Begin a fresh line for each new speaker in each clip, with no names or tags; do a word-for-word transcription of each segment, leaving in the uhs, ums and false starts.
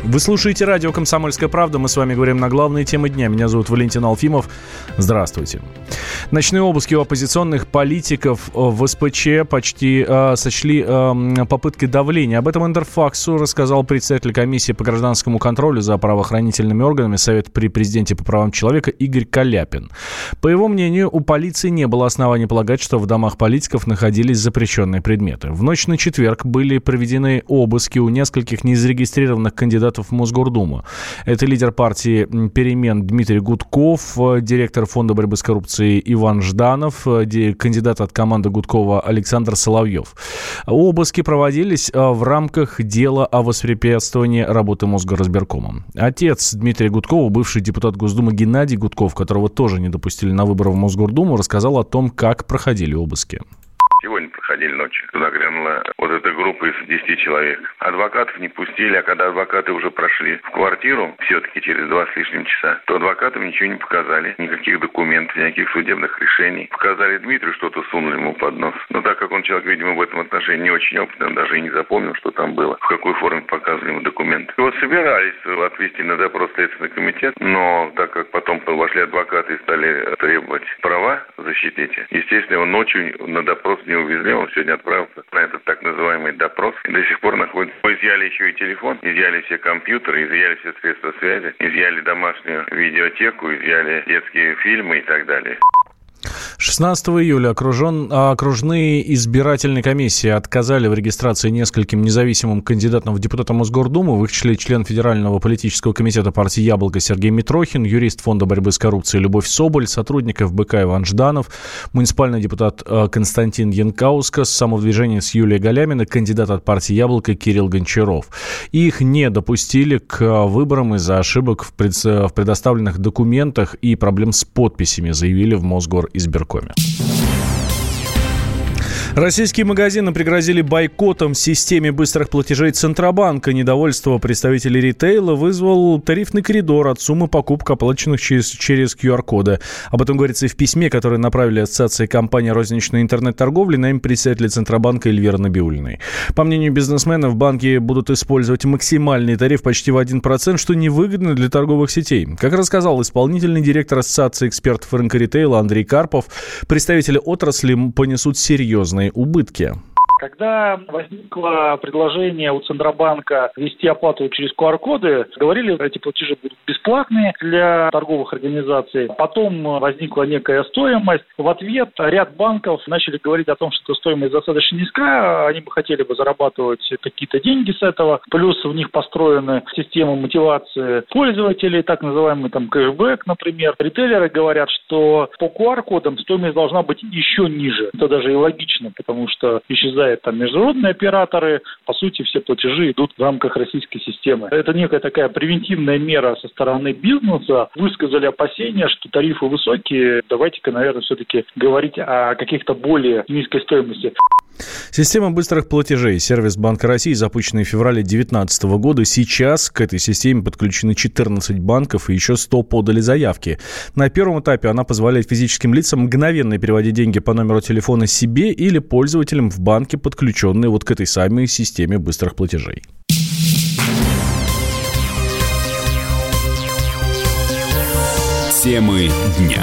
Вы слушаете радио «Комсомольская правда». Мы с вами говорим на главные темы дня. Меня зовут Валентин Алфимов. Здравствуйте. Ночные обыски у оппозиционных политиков в СПЧ почти э, сочли э, попыткой давления. Об этом Интерфаксу рассказал председатель комиссии по гражданскому контролю за правоохранительными органами Совета при президенте по правам человека Игорь Каляпин. По его мнению, у полиции не было оснований полагать, что в домах политиков находились запрещенные предметы. В ночь на четверг были проведены обыски у нескольких незарегистрированных кандидатов в Мосгордуму. Это лидер партии «Перемен» Дмитрий Гудков, директор Фонда борьбы с коррупцией Иван Жданов, кандидат от команды Гудкова Александр Соловьев. Обыски проводились в рамках дела о воспрепятствовании работы Мосгоразбиркома. Отец Дмитрия Гудкова, бывший депутат Госдумы Геннадий Гудков, которого тоже не допустили на выборы в Мосгордуму, рассказал о том, как проходили обыски.
Сегодня проходили ночью. Туда глянула вот эта группа из десяти человек. Адвокатов не пустили, а когда адвокаты уже прошли в квартиру, все-таки через два с лишним часа, то адвокатам ничего не показали. Никаких документов, никаких судебных решений. Показали Дмитрию, что-то сунули ему под нос. Но так как он человек, видимо, в этом отношении не очень опытный, он даже и не запомнил, что там было, в какой форме показывали ему документы. И вот собирались отвести на допрос Следственный комитет, но так как потом вошли адвокаты и стали требовать права защитить, естественно, его ночью на допрос не увезли, он сегодня отправился на этот так называемый допрос. И до сих пор находится. Изъяли еще и телефон, изъяли все компьютеры, изъяли все средства связи, изъяли домашнюю видеотеку, изъяли детские фильмы и так далее.
шестнадцатого июля окружен, окружные избирательные комиссии отказали в регистрации нескольким независимым кандидатам в депутаты Мосгордумы, в их числе член Федерального политического комитета партии «Яблоко» Сергей Митрохин, юрист Фонда борьбы с коррупцией Любовь Соболь, сотрудник эф бэ ка Иван Жданов, муниципальный депутат Константин Янкаускас, самовыдвиженец Юлия Галямина, кандидат от партии «Яблоко» Кирилл Гончаров. Их не допустили к выборам из-за ошибок в предоставленных документах и проблем с подписями, заявили в Мосгоrizбиркоме. Российские магазины пригрозили бойкотом системе быстрых платежей Центробанка. Недовольство представителей ритейла вызвал тарифный коридор от суммы покупок, оплаченных через, через ку ар-коды. Об этом говорится и в письме, которое направили Ассоциации компаний розничной интернет-торговли на имя председателя Центробанка Эльвиры Набиуллиной. По мнению бизнесменов, банки будут использовать максимальный тариф почти в один процент, что невыгодно для торговых сетей. Как рассказал исполнительный директор Ассоциации экспертов рынка ритейла Андрей Карпов, представители отрасли понесут серьезные убытки.
Когда возникло предложение у Центробанка ввести оплату через ку ар-коды, говорили, что эти платежи будут бесплатные для торговых организаций. Потом возникла некая стоимость. В ответ ряд банков начали говорить о том, что стоимость достаточно низкая, они бы хотели бы зарабатывать какие-то деньги с этого. Плюс в них построены системы мотивации пользователей, так называемый там кэшбэк, например. Ритейлеры говорят, что по ку ар-кодам стоимость должна быть еще ниже. Это даже и логично, потому что исчезает там международные операторы, по сути, все платежи идут в рамках российской системы. Это некая такая превентивная мера со стороны бизнеса. Высказали опасения, что тарифы высокие. Давайте-ка, наверное, все-таки говорить о каких-то более низкой стоимости.
Система быстрых платежей, сервис Банка России, запущенный в феврале две тысячи девятнадцатого года. Сейчас к этой системе подключены четырнадцать банков и еще сто подали заявки. На первом этапе она позволяет физическим лицам мгновенно переводить деньги по номеру телефона себе или пользователям в банке, подключенные вот к этой самой системе быстрых платежей.
Темы дня.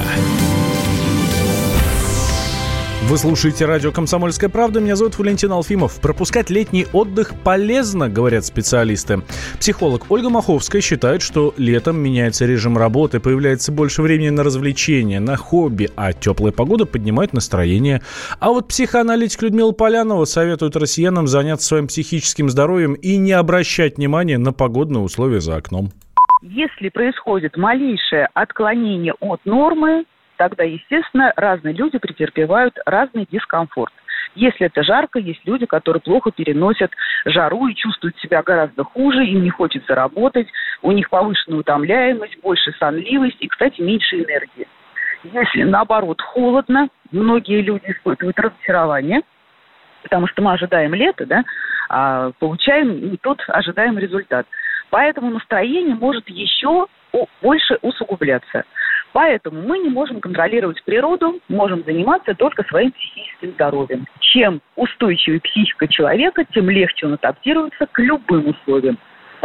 Вы слушаете радио «Комсомольская правда». Меня зовут Валентин Алфимов. Пропускать летний отдых полезно, говорят специалисты. Психолог Ольга Маховская считает, что летом меняется режим работы, появляется больше времени на развлечения, на хобби, а теплая погода поднимает настроение. А вот психоаналитик Людмила Полянова советует россиянам заняться своим психическим здоровьем и не обращать внимания на погодные условия за окном.
Если происходит малейшее отклонение от нормы, тогда, естественно, разные люди претерпевают разный дискомфорт. Если это жарко, есть люди, которые плохо переносят жару и чувствуют себя гораздо хуже, им не хочется работать, у них повышенная утомляемость, больше сонливость и, кстати, меньше энергии. Если, наоборот, холодно, многие люди испытывают разочарование, потому что мы ожидаем лета, да, а получаем не тот ожидаемый результат. Поэтому настроение может еще больше усугубляться. Поэтому мы не можем контролировать природу, можем заниматься только своим психическим здоровьем. Чем устойчивее психика человека, тем легче он адаптируется к любым условиям.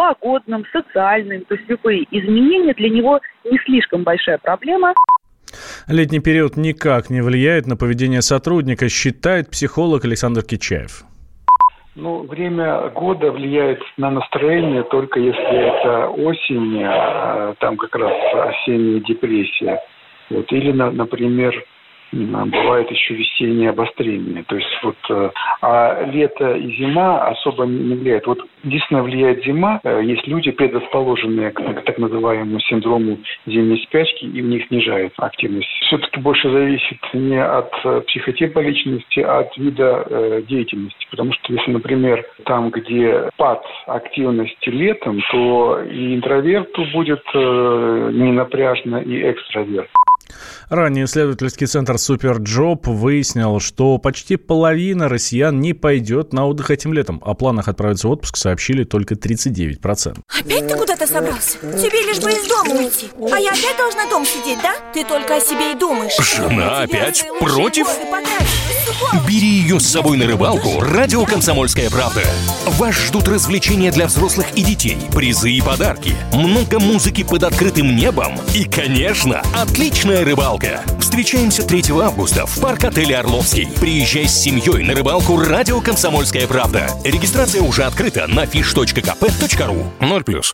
погодным, социальным, то есть любые изменения для него не слишком большая проблема.
Летний период никак не влияет на поведение сотрудника, считает психолог Александр Кичаев.
Ну, время года влияет на настроение только если это осень, там как раз осенняя депрессия. Вот. Или, например, бывает еще весеннее обострение. То есть вот, а лето и зима особо не влияют. Вот единственное влияет зима. Есть люди, предрасположенные к, к так называемому синдрому зимней спячки, и у них снижается активность. Все-таки больше зависит не от психотипа личности, а от вида э, деятельности. Потому что если, например, там, где спад активности летом, то и интроверту будет э, ненапряжно, и экстраверт.
Ранее исследовательский центр «Суперджоп» выяснил, что почти половина россиян не пойдет на отдых этим летом. О планах отправиться в отпуск сообщили только тридцать девять процентов.
Опять ты куда-то собрался? Тебе лишь бы из дома уйти. А я опять должна дома сидеть, да? Ты только о себе и думаешь.
Жена опять против? Бери ее с собой на рыбалку. Радио «Комсомольская правда». Вас ждут развлечения для взрослых и детей, призы и подарки, много музыки под открытым небом и, конечно, отличная рыбалка. Встречаемся третьего августа в парк-отеле «Орловский». Приезжай с семьей на рыбалку. Радио «Комсомольская правда». Регистрация уже открыта на fish точка ка пэ точка ру. ноль плюс.